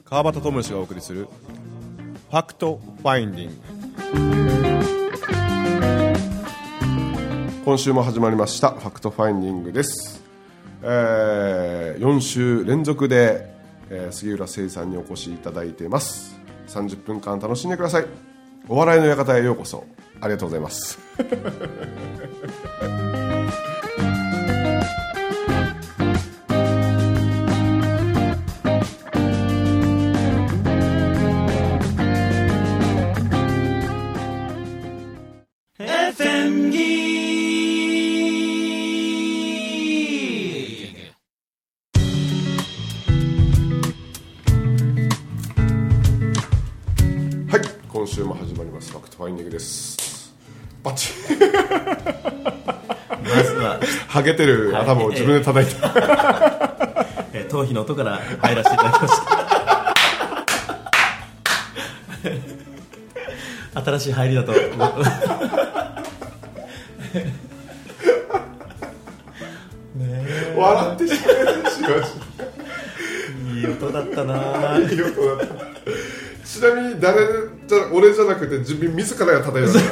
川端智之がお送りするファクトファインディング。 今週も始まりましたファクトファインディングです。4週連続で、杉浦誠さんにお越しいただいています。30分間楽しんでください。お笑いの館へようこそ。ありがとうございます今週も始まりますファクトファインディングです。バッチまずはハゲてる頭を自分で叩いて、 頭皮の音から入らせていただきました新しい入りだと笑ってしまいい音だったな。 いい音だった。ちなみに俺じゃなくて自らが叩いた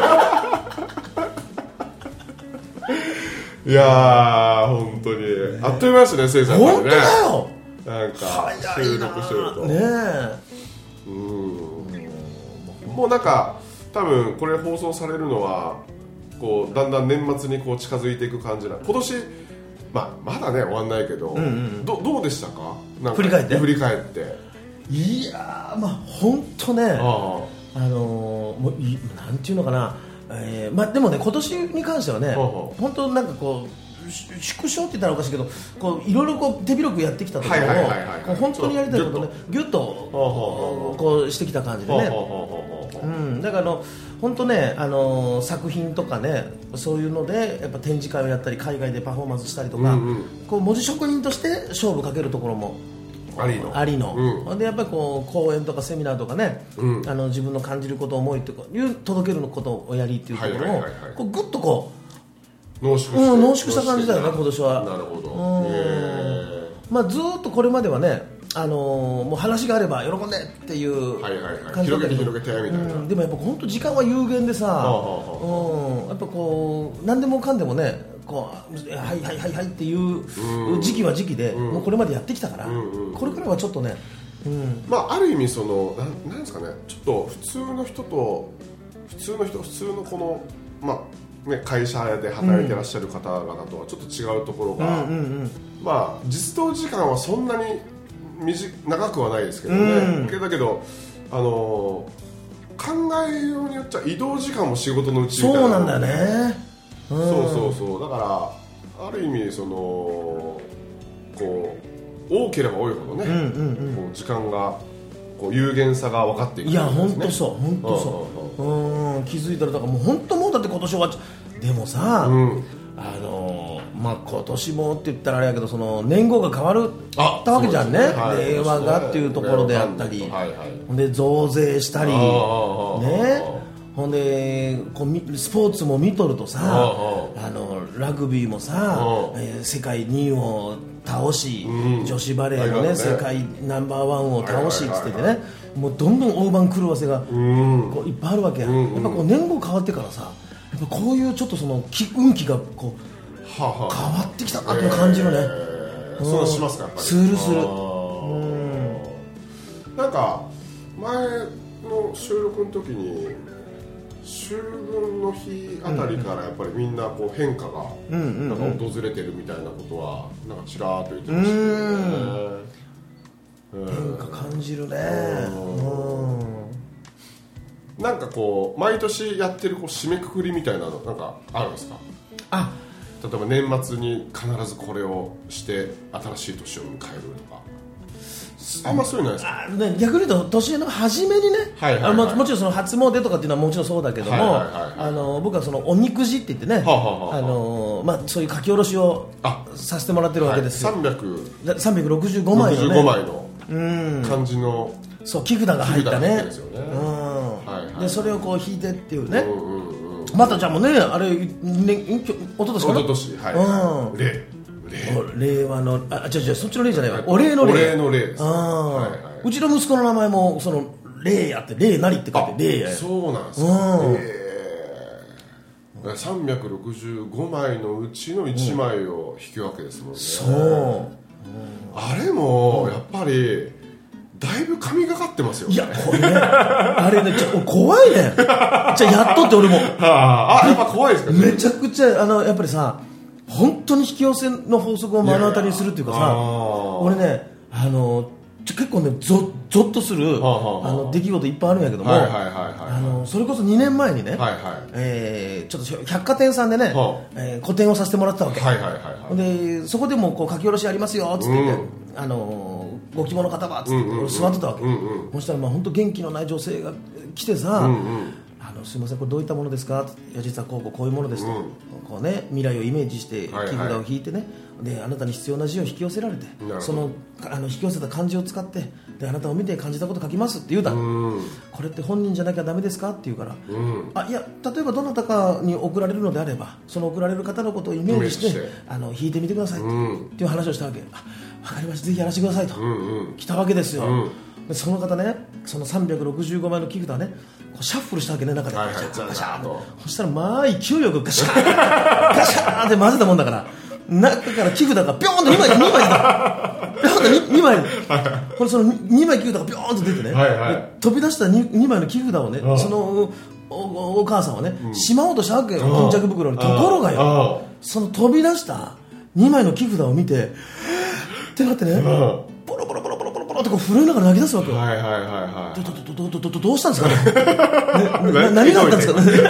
いやー本当にあっという間ですね、せいさん。 本当だよ。 なんか収録してるとねえ、 もうなんか多分これ放送されるのはこうだんだん年末にこう近づいていく感じな。今年まだね終わんないけど、どうでしたか？なんか振り返っていやー、本当ね、もうなんていうのかな、でもね今年に関してはね、本当なんかこう縮小って言ったらおかしいけど、こういろいろこう手広くやってきたところを本当にやりたいことねギュッとこうしてきた感じでね。だから本当ね、作品とかね、そういうのでやっぱ展示会をやったり海外でパフォーマンスしたりとか、こう文字職人として勝負かけるところもありの、でやっぱりこう講演とかセミナーとかね、自分の感じること思いとかいう届けることをやりっていうところをこうグッとこう濃縮した感じだよね今年は。 なるほど。 ずーっとこれまではね、もう話があれば喜んでっていう感じだったけど、 広げてみたいな。 でもやっぱ本当時間は有限でさ、やっぱこう何でもかんでもね、こうはいっていう時期は時期で、もうこれまでやってきたから、これからはちょっとね、 ある意味そのなんですかね、ちょっと普通のこの会社で働いてらっしゃる方々とはちょっと違うところが、実働時間はそんなに長くはないですけどね、だけど考えようによっちゃ移動時間も仕事のうちみたいな。 そうなんだよね。 そうだからある意味そのこう多ければ多いほどね、こう時間がこう有限さが分かっていく、ね、 いや本当そう気づいたらだからもう本当もうだって今年終わっちゃでもさ、今年もって言ったらあれやけど、その年号が変わったわけじゃんね、令和がっていうところであったり、で増税したりね、ほんでスポーツも見とるとさ、ラグビーもさ、世界2位を倒し、女子バレーのね世界ナンバーワンを倒しっつっててね、もうどんどん大番狂わせがこういっぱいあるわけや。やっぱこう年号変わってからさ、やっぱこういうちょっとその運気がこう変わってきたなって感じるね。 そうしますか、やっぱり。 するなんか前の収録の時に秋分の日あたりからやっぱりみんなこう変化がなんか訪れてるみたいなことはなんかちらーっと言ってましたね。 変化感じるね。 なんかこう毎年やってるこう締めくくりみたいなのなんかあるんですか？例えば年末に必ずこれをして新しい年を迎えるとか、あんまそういうのないですか？ 逆に言うと年の初めにね、もちろんその初詣とかっていうのはもちろんそうだけども、僕はそのおみくじって言ってね、そういう書き下ろしをさせてもらってるわけですよ。365枚の漢字の木札が入ったね。でそれをこう引いてっていうね。またじゃあもうね、あれおととしかな。 例令和の違うそっちの令じゃないわ、お礼の礼。 お礼の礼です、ね。 はいはい、うちの息子の名前もその礼やって礼なりって書いて礼や。 そうなんですか。365枚のうちの1枚を引き分けですもんね。 そう、 あれもやっぱりだいぶ神がかってますよね。 いやこれねあれねちょっと怖いね。じゃあやっとって俺もやっぱ怖いですか。 めちゃくちゃやっぱりさ、本当に引き寄せの法則を目の当たりにするっていうかさ、俺ね結構ねゾッとする出来事いっぱいあるんやけども、それこそ2年前にね、ちょっと百貨店さんでね、個展をさせてもらったわけ、でそこでもこう書き下ろしありますよっつって言って、ご希望の方はっつって俺座ってたわけ、そしたら本当元気のない女性が来てさ、すみませんこれどういったものですか。いや実はこういうものですと、こうね未来をイメージして木札を引いてね、であなたに必要な字を引き寄せられて、その引き寄せた漢字を使ってであなたを見て感じたこと書きますって言うたら、これって本人じゃなきゃダメですかって言うから、いや例えばどなたかに送られるのであればその送られる方のことをイメージして引いてみてくださいっていう話をしたわけ。分かりました、ぜひやらせてくださいと、来たわけですよ。でその方ね、その365枚の木札をねこうシャッフルしたわけね、中でガシャガシャと。そしたらまあ勢いよくガシャーガシャーって混ぜたもんだから、中から木札がビョーンと2枚出た、ビョーンと2枚これその2枚木札がビョーンと出てね、飛び出した 2枚の木札をね、その お母さんはね、しまおうとしたわけよ、巾着袋に。ところがよ、その飛び出した2枚の木札を見てってなってね、ボロボロボロボロボロボロってこう震えながら泣き出すわけよ。どうしたんですかね。何があったんですかね。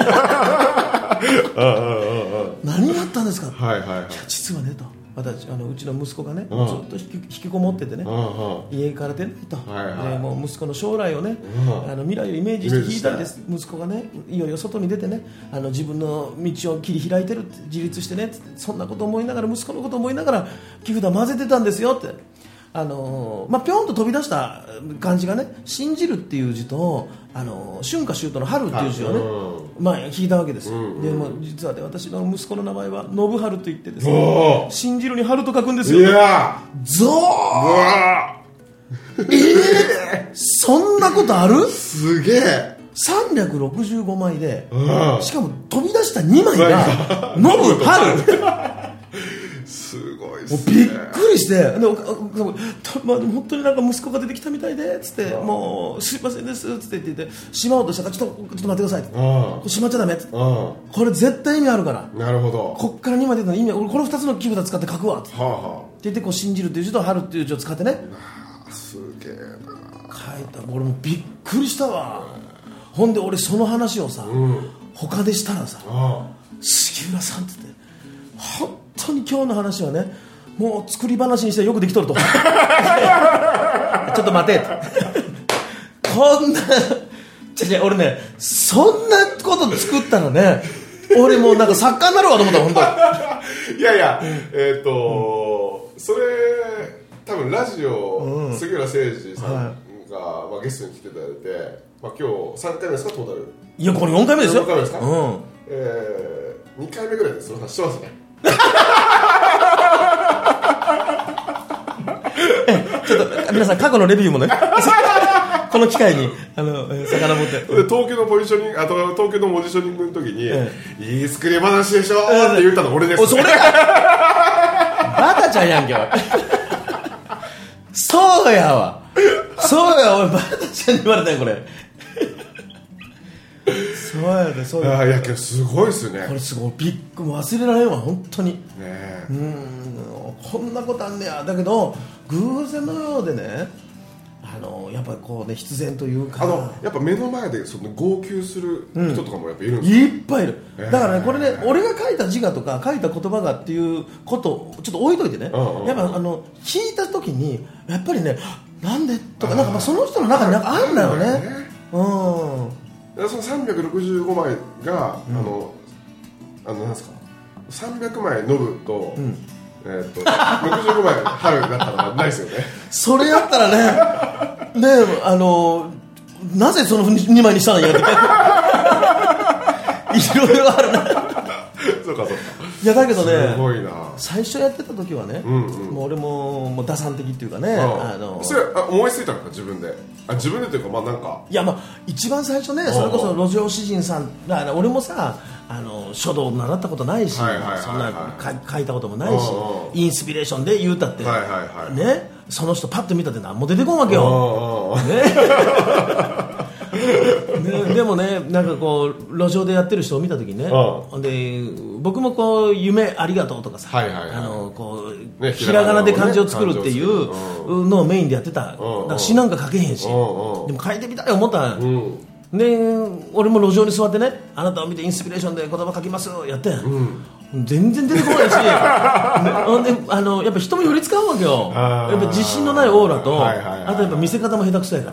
何があったんですか。いや実はねと、私うちの息子がねずっと引きこもっててね、家から出ないと、もう息子の将来をね、未来をイメージして引いたんです。息子がねいよいよ外に出てね、自分の道を切り開いてるって、自立してねって、そんなこと思いながら、息子のこと思いながら木札混ぜてたんですよって。ぴょんと飛び出した漢字がね、信じるっていう字と春夏秋冬の春っていう字をね、引いたわけです。でも実はね、私の息子の名前は信春といってですね、信じるに春と書くんですよ。ゾーそんなことある。すげえ。365枚で、しかも飛び出した2枚が信春すごいっすね。びっくりして、本当になんか息子が出てきたみたいでつって、もうすいませんですつって言ってしまおうとしたから、ちょっと待ってくださいって、しまっちゃダメって、これ絶対意味あるから、なるほど、こっから2枚出たの意味、俺この2つの木札使って書くわって言って、こう信じるっていう字と春っていう字を使ってね、すげえな書いた。俺もびっくりしたわ。ほんで俺その話をさ、他でしたらさ、杉浦さんって言って、本当に今日の話はね、もう作り話にしてよくできとるとちょっと待てこんな俺ね、そんなこと作ったのね、俺もうなんか作家になるわと思った本当に。いやいや、それ多分ラジオ、杉浦誠二さんが、ゲストに来ていただいて、今日3回目ですかトータル。いやこれ4回目ですよ。4回目ですか。2回目ぐらいです。その話してますね。ちょっと皆さん過去のレビューもねこの機会に遡って東京のポジショニング、東京のポジショニングの時に、いい作り話でしょって言ったの俺です。それバタちゃんやんけそうやわ、そうや、俺バタちゃんに言われたよこれそうやで、そうや。いやけどすごいっすね。これすごいビッグ、忘れられんわ本当に。こんなことあんねや。だけど偶然のようでね、やっぱりこうね、必然というか、やっぱ目の前でその号泣する人とかもやっぱいるんですか。いっぱいいる。だからね、これね、俺が書いた字画とか書いた言葉がっていうことをちょっと置いといてね、やっぱ聞いた時にやっぱりね、なんでとか、なんかその人の中になんかあるんだよね。その365枚が、なんですか、300枚ノブと、65枚春だったらないですよね。それやったらね、なぜその2枚にしたんやっていろいろあるね。そうかそうか。 いやだけどね、 すごいな。 最初やってた時はね、もう俺もう打算的っていうかね、 それ思いついたのか自分で。自分でというか、まあなんか、 いや、まあ一番最初ね、それこそ路上詩人さん、俺もさ書道習ったことないし、そんな書いたこともないし、インスピレーションで言うたって、ね、その人パッと見たって何も出てこんわけよ、ね、でもね、なんかこう路上でやってる人を見た時にね、で僕もこう夢ありがとうとかさ、こうね、ひらがなで漢字を作るっていうのをメインでやってた。だから詩なんか書けへんし、でも書いてみたい思った。で俺も路上に座ってね、あなたを見てインスピレーションで言葉書きますやってん、全然出てこないしでやっぱ人も寄り使うわけよ。やっぱ自信のないオーラと、あとやっぱ見せ方も下手くそやから、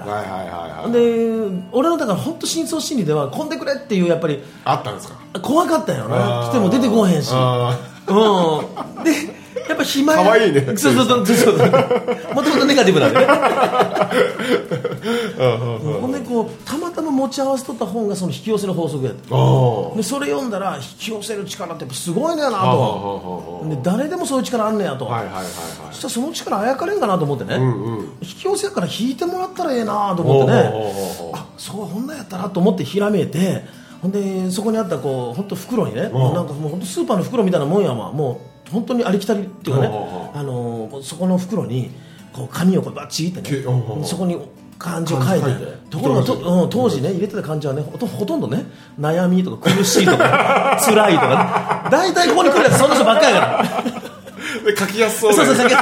で俺のだから本当深層心理では混んでくれっていうやっぱりあったんですか。 怖かったよな。来ても出てこへんし、でやっぱ暇かわいいね。 そうもともとネガティブなんでねほんでこうたまたま持ち合わせとった本がその引き寄せの法則やった。でそれ読んだら引き寄せる力ってやっぱすごいねやなと。で誰でもそういう力あんねやと。そしたらその力あやかれんかなと思ってね、引き寄せやから引いてもらったらええなと思ってね、あそうこんなんやったなと思ってひらめいて、ほんでそこにあったこう本当袋にね、なんかもう本当スーパーの袋みたいなもんやわ。もう本当にありきたりっていうかね、そこの袋にこう紙をこうバッチリってね、そこに漢字を書いて、ところが当時ね入れてた漢字はねほとんどね悩みとか苦しいとか辛いとかね、大体ここに来るやつそんな人ばっかりやからで書きやすそうで、 そう書きや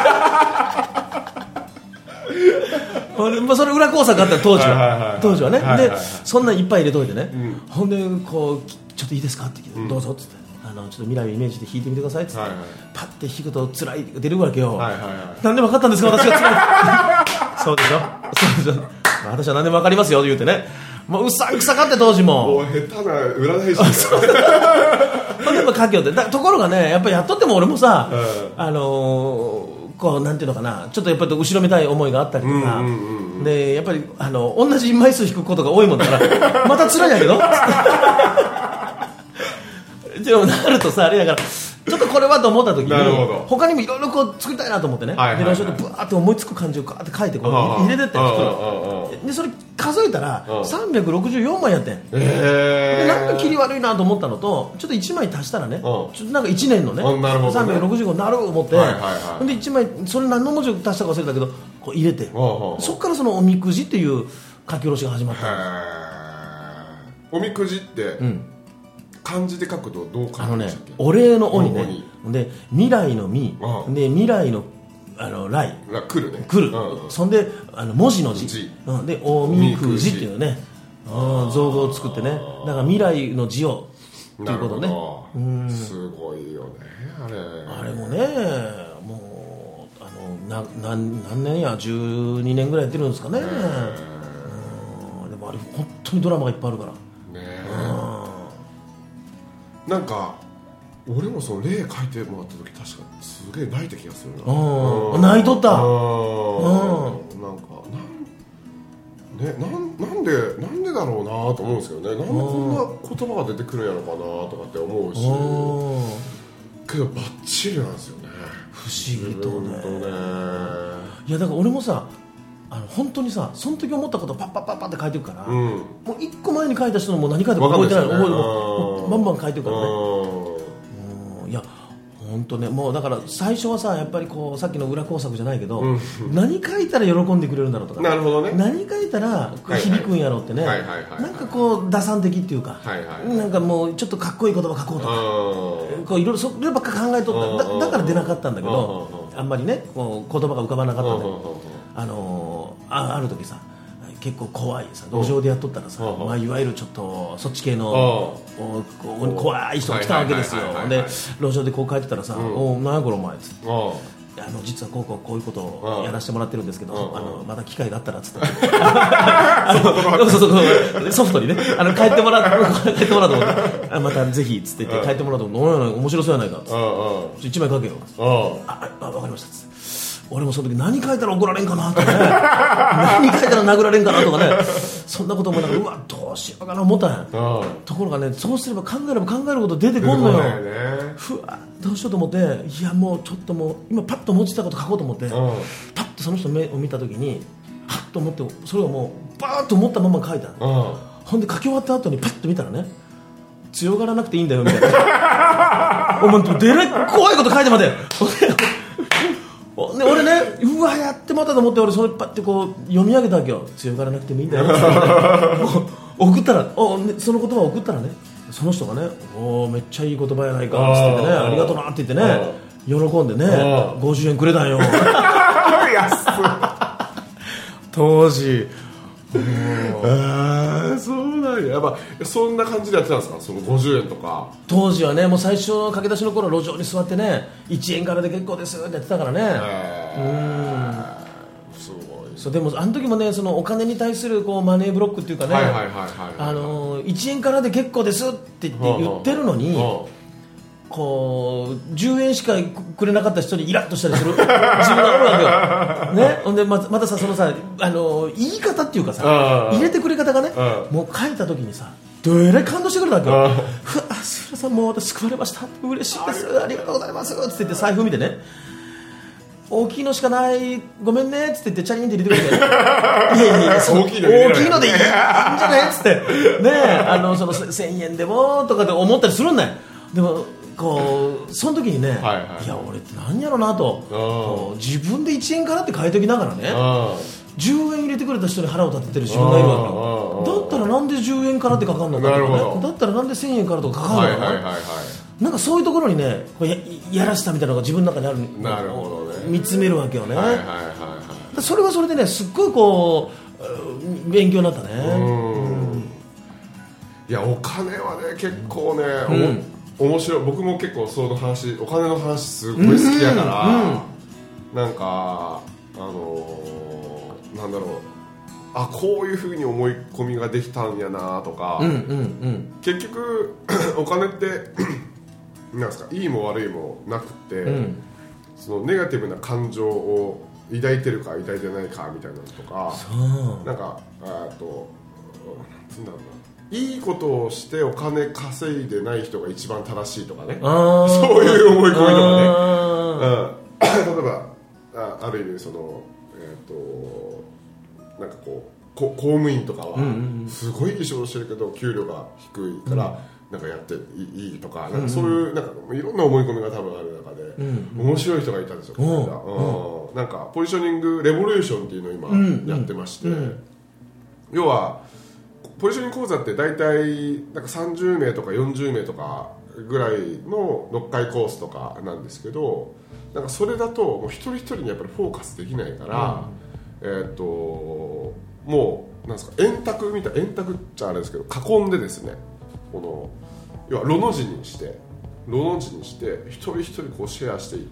すそれ裏工作あった当時はね、でそんなんいっぱい入れといてね、ほんでこうちょっといいですかって聞いて、どうぞっつって、ちょっと未来をイメージで弾いてみてくださいって言って、パッて弾くと辛い出るわけよ、なんで分かったんですか私が辛いそうでしょ私は何でも分かりますよって言ってね、もううさんくさかって当時も下手な占い師そうでも書きよってところがね、やっぱりやっとっても俺もさ、こうなんていうのかな、ちょっとやっぱり後ろめたい思いがあったりとか、でやっぱり同じ枚数引くことが多いもんだからまた辛いんやけどでもなるとさあれやからちょっとこれはと思った時に他にもいろいろこう作りたいなと思ってね、で路上でブワーって思いつく漢字をガーって書いてこう入れてったよでそれ数えたら364枚やってん、でなんか切り悪いなと思ったのと、ちょっと1枚足したらね、ちょっとなんか1年のね365になると思って、で1枚それ何の文字を足したか忘れたけどこう入れて、そこからそのおみくじっていう書き下ろしが始まった。 おみくじって漢字で書くとどう書くんでしたっけ。 お礼のおにね、で未来のみで未来の来来るね、 そんで文字の字でおみくじっていうね造語を作ってね、だから未来の字をっていうことね。 すごいよねあれもね、もう何年や12年ぐらいやってるんですかね。でもあれ本当にドラマがいっぱいあるからね。 なんか俺もその例書いてもらった時確かすげえ泣いた気がするな。 泣いとった。 なんでだろうなと思うんですけどね。なんでこんな言葉が出てくるんやろかなとかって思うし、けどバッチリなんですよね。 不思議とね。いやだから俺もさ本当にさ、その時思ったことをパッパッパッパって書いてるから、もう一個前に書いた人のもう何書いてるか覚えてない、バンバン書いてるからね。いや本当ね、もうだから最初はさ、やっぱりこうさっきの裏工作じゃないけど、何書いたら喜んでくれるんだろうとか、 なるほどね、 何書いたら響くんやろうってね、なんかこう打算的っていうか、なんかもうちょっとかっこいい言葉書こうとか、こういろいろそればっか考えとった。だから出なかったんだけど、あんまりねこう言葉が浮かばなかったんで、ある時さ、結構怖いさ路上でやっとったらさ、まあ、いわゆるちょっとそっち系の怖い人が来たわけですよ。で路上でこう書いてたらさ、何やこれお前っつって、実はこういうことをやらせてもらってるんですけど、また機会があったらっつってソフトにね帰ってもらうと思ってまたぜひっつって帰ってもらうと面白そうやないかっつって1枚書けよっつって、分かりましたっつって、俺もその時何書いたら怒られんかなとかね何書いたら殴られんかなとかね、そんなこと思いながら、うわどどうしようかな思ったんや、ところがね、そうすれば考えれば考えること出てこんのよ、ふわどうしようと思って、いやもうちょっともう今パッと思いついたこと書こうと思って、パッとその人の目を見た時にはっと思って、それをもうバーッと思ったまま書いた、ほんで書き終わった後にパッと見たらね、強がらなくていいんだよみたいなお前でれ怖いこと書いてまでで俺ね、うわやってまたと思って、俺それパッてこう読み上げたわけよ。強がらなくてもいいんだよ送ったら、その言葉を送ったらね、その人がね、おめっちゃいい言葉やないかっつってね、ありがとうなって言ってね、喜んでね、50円くれたんよ安っ当時そうなんや。やっぱそんな感じでやってたんですか、その50円とか。 当時はね、もう最初の駆け出しの頃、路上に座ってね、1円からで結構ですってやってたからね。 すごい。 そうでもあの時もね、そのお金に対するこうマネーブロックっていうかね、1円からで結構ですって言ってるのに、こう10円しかくれなかった人にイラッとしたりする自分があるわけよ、ね、ほんでまたさ、そのさ、言い方っていうかさ、入れてくれ方がね、もう書いた時にさ、どれらい感動してくれたわけよ。すみません、もう私救われました、嬉しいです、ありがとうございますって言って財布見てね、大きいのしかないごめんねって言ってチャリンって入れてくれていや大きいのでいいんじゃないっつってね、その1000円でもとかで思ったりするんだよ。でもこうその時にね、いや俺って何やろなと、自分で1円からって書いておきながらね、10円入れてくれた人に腹を立ててる自分がいるわけよ。だったらなんで10円からって書かんのかとかね、だったらなんで1000円からとか書かんのかな、なんかそういうところにね、やらしさみたいなのが自分の中にある。 なるほどね。 見つめるわけよね。それはそれでね、すっごいこう勉強になったね。 いやお金はね結構ね、面白い。僕も結構その話、お金の話すごい好きやから、なんかなんだろう、あこういう風に思い込みができたんやなとか、結局お金ってなんですか、いいも悪いもなくて、そのネガティブな感情を抱いてるか抱いてないかみたいなのとか、なんかなんつうんだろうな、いいことをしてお金稼いでない人が一番正しいとかね、そういう思い込みとかね、例えばある意味そのなんかこう公務員とかはすごいいい仕事してるけど給料が低いからなんかやっていいとか、なんかそういうなんかいろんな思い込みが多分ある中で面白い人がいたんですよ。なんかポジショニングレボリューションっていうのを今やってまして、要はポジショニング講座って大体なんか30名とか40名とかぐらいの6回コースとかなんですけど、なんかそれだともう一人一人にやっぱりフォーカスできないから、もうなんですか、円卓みたい、円卓っちゃあれですけど囲んでですね、この要はロの字にして一人一人こうシェアしていって、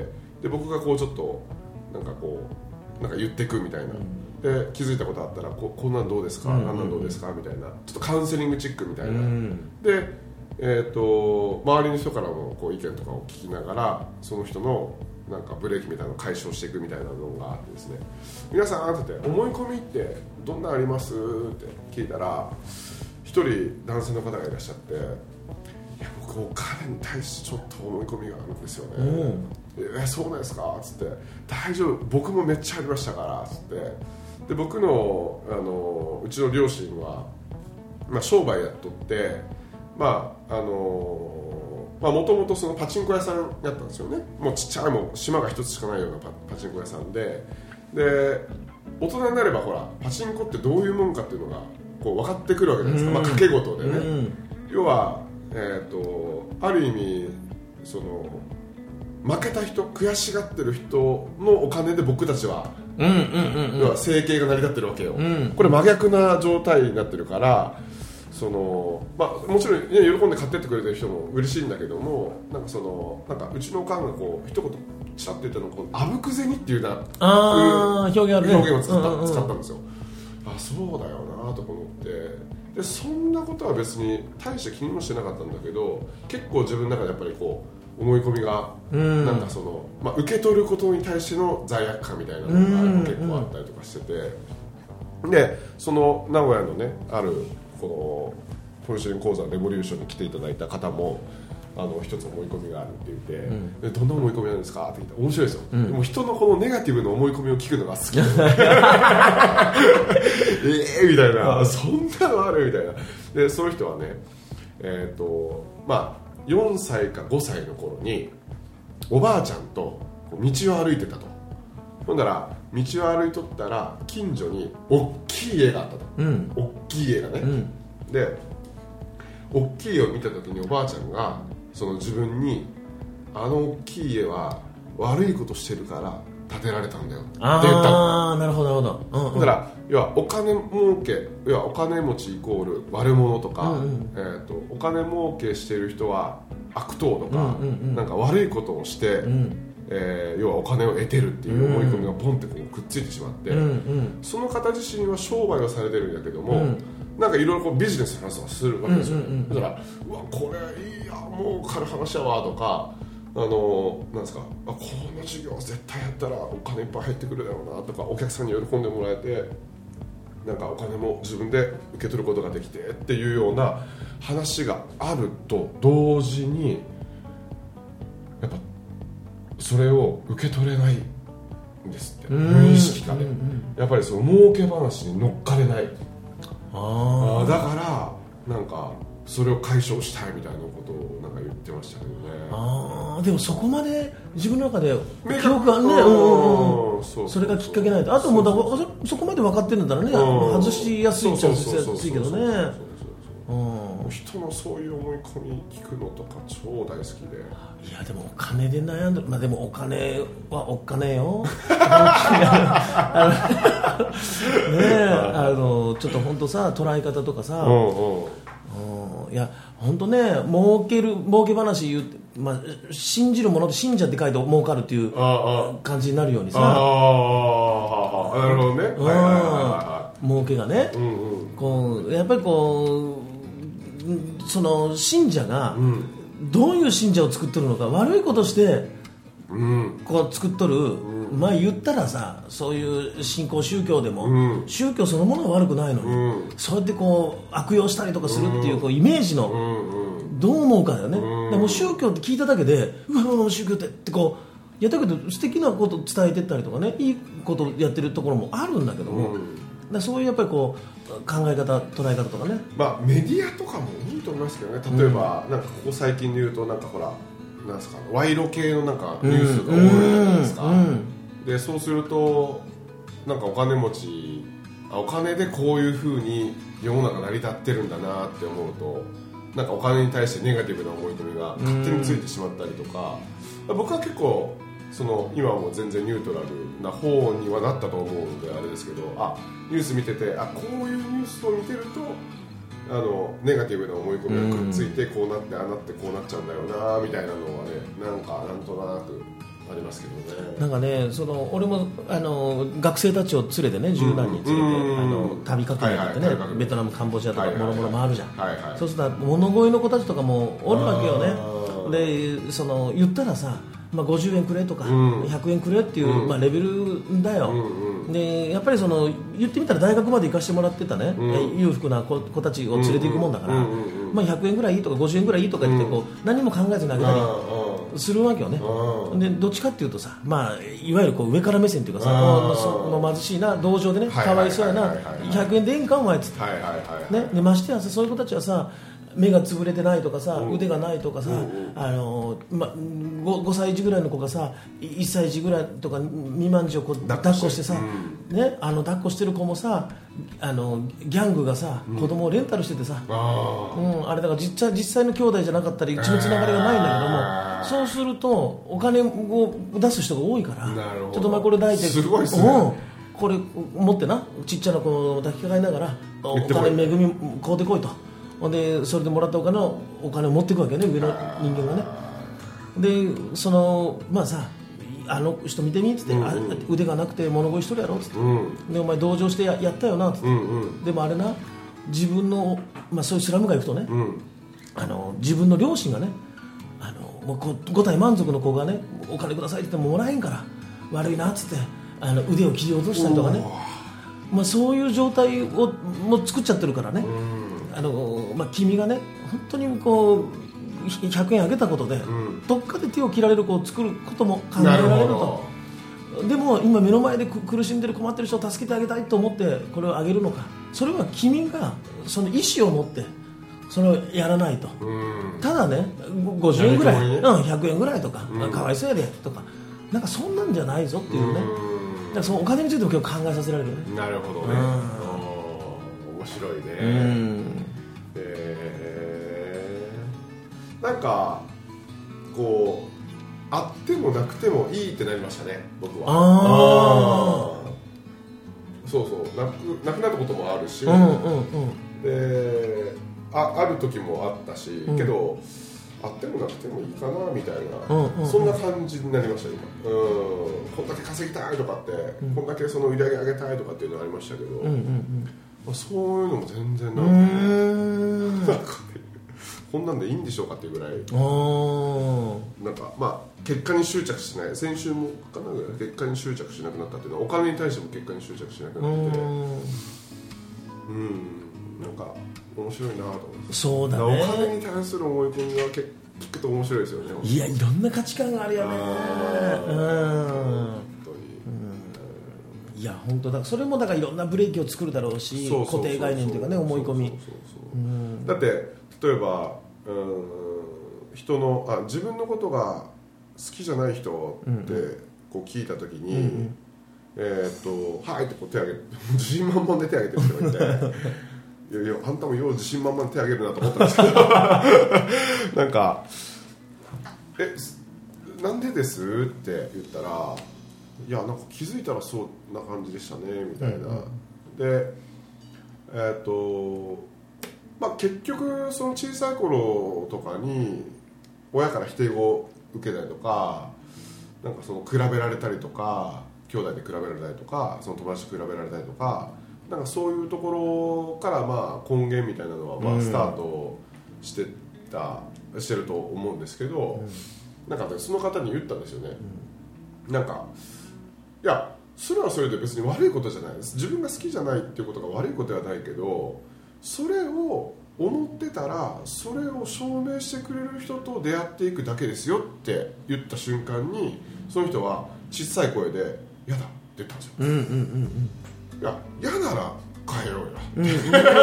で僕がこうちょっとなんか言っていくみたいな、で気づいたことあったらこんなんどうですか、あんなんどうですかみたいな、ちょっとカウンセリングチックみたいな、で周りの人からのこう意見とかを聞きながら、その人のなんかブレーキみたいなのを解消していくみたいなのがあってですね、皆さんあなたって思い込みってどんなありますって聞いたら、一人男性の方がいらっしゃって、いや僕お金に対してちょっと思い込みがあるんですよね、そうなんですかつって、大丈夫僕もめっちゃありましたからつって、で僕のうちの両親は、商売やっとって、もともとそのパチンコ屋さんやったんですよね。もうちっちゃい、もう島が一つしかないようなパチンコ屋さんで、大人になればほらパチンコってどういうもんかっていうのがこう分かってくるわけじゃないですか、賭け事でね、要は、ある意味その負けた人、悔しがってる人のお金で僕たちは、要は生計が成り立ってるわけよ、これ真逆な状態になってるから、そのもちろん喜んで買ってってくれてる人も嬉しいんだけども、なんかうちのおかんがこう一言ちらっと言ったのをあぶく銭っていう表現を使ったんですよ。そうだよなと思って、でそんなことは別に大して気にもしてなかったんだけど、結構自分の中でやっぱりこう思い込みが、なんかその、受け取ることに対しての罪悪感みたいなのが結構あったりとかしてて、でその名古屋のねあるこのポルシェン講座レボリューションに来ていただいた方も一つ思い込みがあるって言って、どんな思い込みなんですかって言って面白いですよ、でも人のこのネガティブな思い込みを聞くのが好きでみたいな、そんなのあるみたいな。でそういう人はね、まあ4歳か5歳の頃におばあちゃんと道を歩いてたと。ほんだら道を歩いとったら近所に大きい家があったと、大きい家がね、で大きい家を見た時におばあちゃんがその自分に大きい家は悪いことしてるから建てられたんだよって言ったの。 なるほどなるほど、 だから要はお金儲け、要はお金持ちイコール悪者とか、お金儲けしてる人は悪党とか、なんか悪いことをして、要はお金を得てるっていう思い込みがポンってこうくっついてしまって、その方自身は商売をされてるんだけども、なんかいろいろビジネスの話をするわけですよ、だからうわこれいいや儲かる話やわとか、なんですか、こんな授業絶対やったらお金いっぱい入ってくるだろうなとか、お客さんに喜んでもらえてなんかお金も自分で受け取ることができてっていうような話があると同時に、やっぱそれを受け取れないんですって、無意識化で、やっぱりその儲け話に乗っかれない。だからなんかそれを解消したいみたいなことをなんか言ってましたけどね。 でもそこまで自分の中で記憶がね、それがきっかけないと、あともうだそこまで分かってるんだったらね、外しやすいっちゃ外しやすいけどね。 人のそういう思い込み聞くのとか超大好きで。 いやでもお金で悩んでる、でもお金はお金よちょっと本当さ、捉え方とかさ、いや本当ね、儲け話言って、信じるものと信者って書いて儲かるっていう感じになるようにさ、 なるほどね、 儲けがね、こうやっぱりこうその信者がどういう信者を作ってるのか、悪いことしてこう作っとる、言ったらさ、そういう新興宗教でも、宗教そのものは悪くないのに、そうやってこう悪用したりとかするっていう、こうイメージの、どう思うかだよね。でも宗教って聞いただけで、うわ宗教ってこうやったけど素敵なことを伝えてったりとかね、いいことをやってるところもあるんだけども、そういうやっぱりこう考え方、捉え方とかね、 メディアとかもいいと思いますけどね。例えば、なんかここ最近で言うと、なんかほらなんですか、賄賂系のなんかニュースが多いじゃないですか、でそうするとなんかお金持ち、お金でこういう風に世の中成り立ってるんだなって思うと、なんかお金に対してネガティブな思い込みが勝手についてしまったりとか、僕は結構その今はもう全然ニュートラルな方にはなったと思うんであれですけど、ニュース見てて、こういうニュースを見てるとネガティブな思い込みがくっついて、こうなってなってこうなっちゃうんだよなみたいなのはね、なんとなくありますけどね。 なんかね、俺も学生たちを連れてね、十何人連れて旅かけに行ってね、ベトナム、カンボジアとかもろもろ回るじゃん、そうすると物乞いの子たちとかもおるわけよね。で言ったらさ、50円くれとか、100円くれっていう、レベルだよ、でやっぱり言ってみたら大学まで行かしてもらってたね、裕福な子たちを連れて行くもんだから、100円ぐらいいいとか50円ぐらいいいとか言ってこう、何も考えずにあげたりするわけよね。でどっちかっていうとさ、いわゆるこう上から目線っていうかさ、貧しいな、同情でね、かわいそうやな、100円でええんかお前っつって、でましてやさ、そういう子たちはさ、目が潰れてないとかさ、腕がないとかさ、5歳児ぐらいの子がさ、1歳児ぐらいとか未満児をこう抱っこしてさ、抱っこしてる子もさ、ギャングがさ、子供をレンタルしててさ、あれだから実際の兄弟じゃなかったり、血のつながりがないんだけども、そうするとお金を出す人が多いから、ちょっとこれ抱いて、 すごいですね、 これ持ってな、ちっちゃな子を抱きかかえながら、お金恵み買うてこいと。でそれでもらったお金を持っていくわけね、上の人間がね。でさ、人見てみっつって、腕がなくて物乞いしとるやろっつって、でお前同情して やったよなっつって、でもあれな、自分の、そういうスラム街行くとね、自分の両親がね、もう5体満足の子がね、お金くださいって言ってももらえんから悪いなっつって、腕を切り落としたりとかね、そういう状態をもう作っちゃってるからね、 君がね本当にこう100円あげたことで、どっかで手を切られる子を作ることも考えられると。でも今目の前で苦しんでる困ってる人を助けてあげたいと思ってこれをあげるのか、それは君がその意思を持ってそれをやらないと。ただね50円ぐらい、100円ぐらいとか、かわいそうやでとか、なんかそんなんじゃないぞっていうね。だからそのお金についても今日考えさせられるよね。 なるほどね。面白いね。なんかこうあってもなくてもいいってなりましたね、僕は。そうなくなったこともあるし、である時もあったし、けどあってもなくてもいいかなみたいな、そんな感じになりました今。こんだけ稼ぎたいとかって、こんだけその売り上げ上げたいとかっていうのありましたけど、そういうのも全然なんかこんなんでいいんでしょうかっていうぐらい、なんか結果に執着しない、先週もかな、結果に執着しなくなったっていうのはお金に対しても結果に執着しなくなって、なんか面白いなと思って。 そうだね、 お金に対する思い込みは聞くと面白いですよね。 いや、いろんな価値観があるよね。いや本当だ、それもだからいろんなブレーキを作るだろうし、固定概念というかね、思い込み。 だって例えば人の自分のことが好きじゃない人ってこう聞いたときに、はいってこう手を挙げる、自信満々で手を挙げてる人がいていやあんたもよう自信満々で手を挙げるなと思ったんですけどなんかなんでですって言ったら、いやなんか気づいたらそんな感じでしたねみたいな。で結局その小さい頃とかに親から否定を受けたりとか、なんかその比べられたりとか、兄弟で比べられたりとか、その友達と比べられたりとか、なんかそういうところから根源みたいなのはスタートしてると思うんですけど、なんかその方に言ったんですよね。なんかいやそれはそれで別に悪いことじゃないです。自分が好きじゃないっていうことが悪いことではないけど、それを思ってたらそれを証明してくれる人と出会っていくだけですよって言った瞬間に、その人は小さい声で嫌だって言ったんですよ。いや嫌なら変えようよ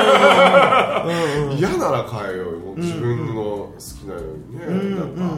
嫌なら変えようよ、もう自分の好きなようにね、なんか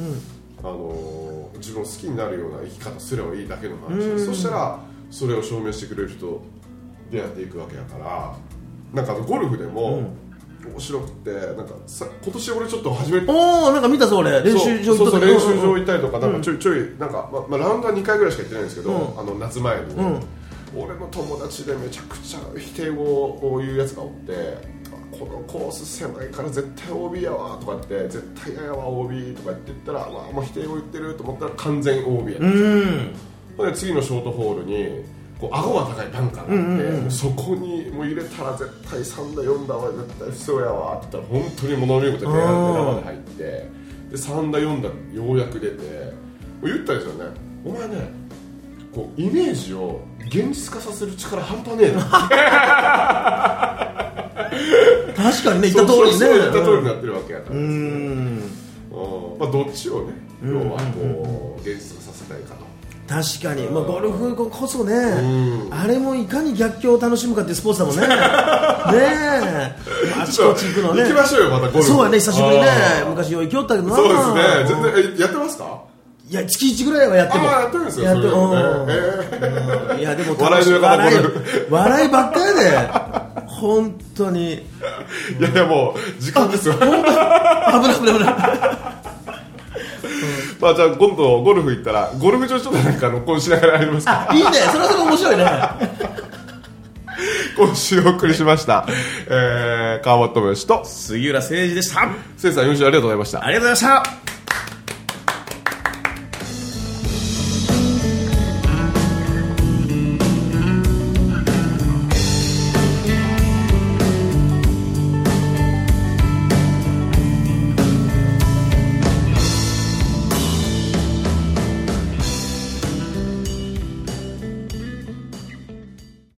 自分を好きになるような生き方すればいいだけの話、そしたらそれを証明してくれる人と出会っていくわけやから。なんかゴルフでも面白くて、なんか今年俺ちょっと始めて、 なんか見たぞ俺、練習場行ったり、 練習場行ったりとか、なんかちょいなんかラウンドは2回ぐらいしか行ってないんですけど、夏前にね、俺の友達でめちゃくちゃ否定を言うやつがおって、このコース狭いから絶対 OB やわとかって、絶対嫌やわ OB とかって言ったら、もう否定を言ってると思ったら完全 OB やったんですよ。で次のショートホールにこう顎が高いバンカーがあって、そこにもう入れたら絶対3打4打は絶対不そうやわって言ったら、本当にものの見事に狙まで入って、で3打4打ようやく出て、言ったんですよね、お前ねこうイメージを現実化させる力半端ねえな確かにね、言った通りね、 言った通りになってるわけやからですね。どっちをね、要はこう現実化させたいかと。 確かに、ゴルフこそね、あれもいかに逆境を楽しむかっていうスポーツだもんね。あちこち行くのね。 行きましょうよ、またゴルフ。 そうやね、久しぶりね。昔よう行きよったけどな。 そうですね。全然やってますか？ いや、月1ぐらいはやっても。 やってるんですよ。 いやでも笑いの中のゴルフ。 笑いばっかりで、本当に。 いやもう時間ですよ。危ない。 じゃあ今度ゴルフ行ったらゴルフ場ちょっとなんか録音しながらやりますか。 いいね、それはそれ面白いね。 今週お送りしました、川本智之と杉浦誠二でした。 誠さん、4週ありがとうございました。 ありがとうございました。